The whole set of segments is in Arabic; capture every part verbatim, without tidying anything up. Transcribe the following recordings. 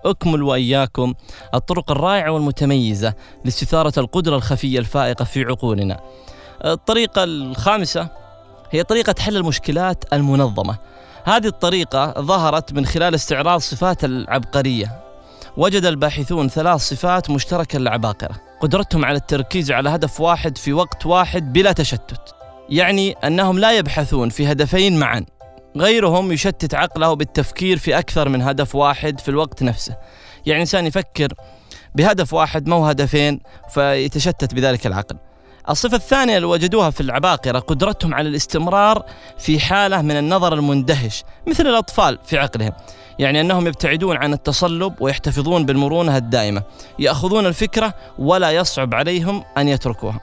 أكمل وإياكم الطرق الرائعة والمتميزة لاستثارة القدرة الخفية الفائقة في عقولنا. الطريقة الخامسة هي طريقة حل المشكلات المنظمة. هذه الطريقة ظهرت من خلال استعراض صفات العبقرية. وجد الباحثون ثلاث صفات مشتركة للعباقرة: قدرتهم على التركيز على هدف واحد في وقت واحد بلا تشتت، يعني أنهم لا يبحثون في هدفين معا. غيرهم يشتت عقله بالتفكير في أكثر من هدف واحد في الوقت نفسه، يعني إنسان يفكر بهدف واحد مو هدفين فيتشتت بذلك العقل. الصفة الثانية اللي وجدوها في العباقرة قدرتهم على الاستمرار في حالة من النظر المندهش مثل الأطفال في عقلهم، يعني أنهم يبتعدون عن التصلب ويحتفظون بالمرونة الدائمة، يأخذون الفكرة ولا يصعب عليهم أن يتركوها،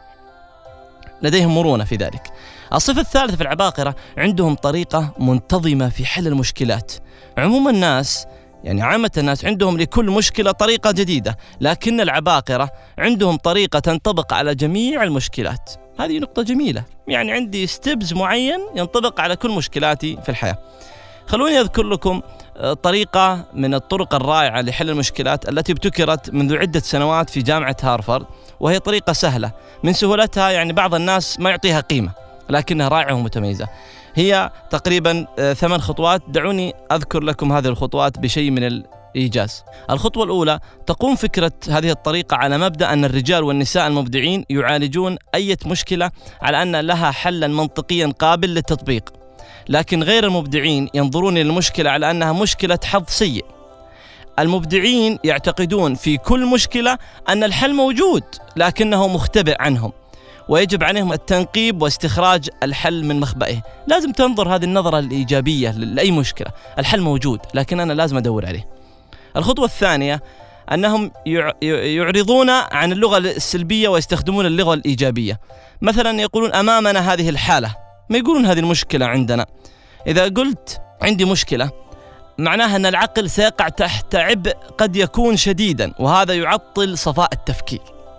لديهم مرونة في ذلك. الصفة الثالثة في العباقرة عندهم طريقة منتظمة في حل المشكلات. عموم الناس يعني عامة الناس عندهم لكل مشكلة طريقة جديدة، لكن العباقرة عندهم طريقة تنطبق على جميع المشكلات. هذه نقطة جميلة، يعني عندي ستيبز معين ينطبق على كل مشكلاتي في الحياة. خلوني أذكر لكم طريقة من الطرق الرائعة لحل المشكلات التي ابتكرت منذ عدة سنوات في جامعة هارفارد، وهي طريقة سهلة من سهولتها يعني بعض الناس ما يعطيها قيمة، لكنها رائعة ومتميزة. هي تقريبا ثمان خطوات. دعوني أذكر لكم هذه الخطوات بشيء من الإيجاز. الخطوة الأولى: تقوم فكرة هذه الطريقة على مبدأ أن الرجال والنساء المبدعين يعالجون أي مشكلة على أن لها حلا منطقيا قابل للتطبيق، لكن غير المبدعين ينظرون للمشكلة على أنها مشكلة حظ سيء. المبدعين يعتقدون في كل مشكلة أن الحل موجود لكنه مختبئ عنهم، ويجب عليهم التنقيب واستخراج الحل من مخبئه. لازم تنظر هذه النظرة الإيجابية لأي مشكلة، الحل موجود لكن أنا لازم أدور عليه. الخطوة الثانية أنهم يعرضون عن اللغة السلبية ويستخدمون اللغة الإيجابية. مثلا يقولون أمامنا هذه الحالة، ما يقولون هذه المشكلة عندنا. إذا قلت عندي مشكلة معناها أن العقل سيقع تحت عبء قد يكون شديدا، وهذا يعطل صفاء التفكير.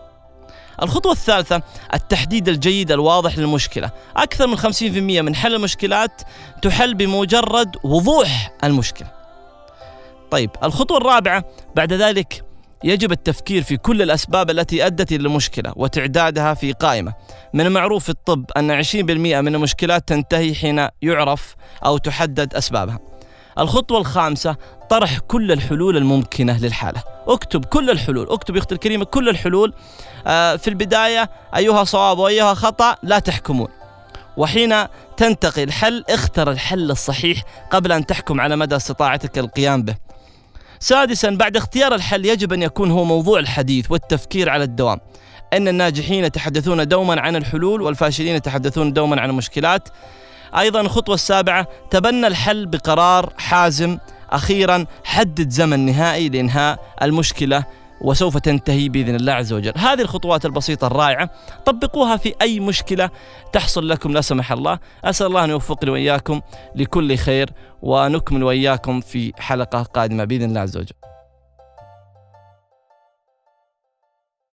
الخطوة الثالثة: التحديد الجيد الواضح للمشكلة. أكثر من خمسين بالمئة من حل المشكلات تحل بمجرد وضوح المشكلة. طيب، الخطوة الرابعة: بعد ذلك يجب التفكير في كل الأسباب التي أدت إلى المشكلة وتعدادها في قائمة. من المعروف في الطب أن عشرين بالمئة من المشكلات تنتهي حين يعرف أو تحدد أسبابها. الخطوة الخامسة: طرح كل الحلول الممكنة للحالة. اكتب كل الحلول، اكتب يا أختي الكريمة كل الحلول آه في البداية، أيها صواب وأيها خطأ لا تحكمون، وحين تنتقي الحل اختر الحل الصحيح قبل أن تحكم على مدى استطاعتك القيام به. سادسا: بعد اختيار الحل يجب أن يكون هو موضوع الحديث والتفكير على الدوام. أن الناجحين يتحدثون دوما عن الحلول والفاشلين يتحدثون دوما عن المشكلات. أيضا الخطوة السابعة: تبنى الحل بقرار حازم. أخيرا: حدد زمن نهائي لإنهاء المشكلة وسوف تنتهي بإذن الله عز وجل. هذه الخطوات البسيطة الرائعة طبقوها في أي مشكلة تحصل لكم لا سمح الله. أسأل الله أن يوفقني وإياكم لكل خير، ونكمل وإياكم في حلقة قادمة بإذن الله عز وجل.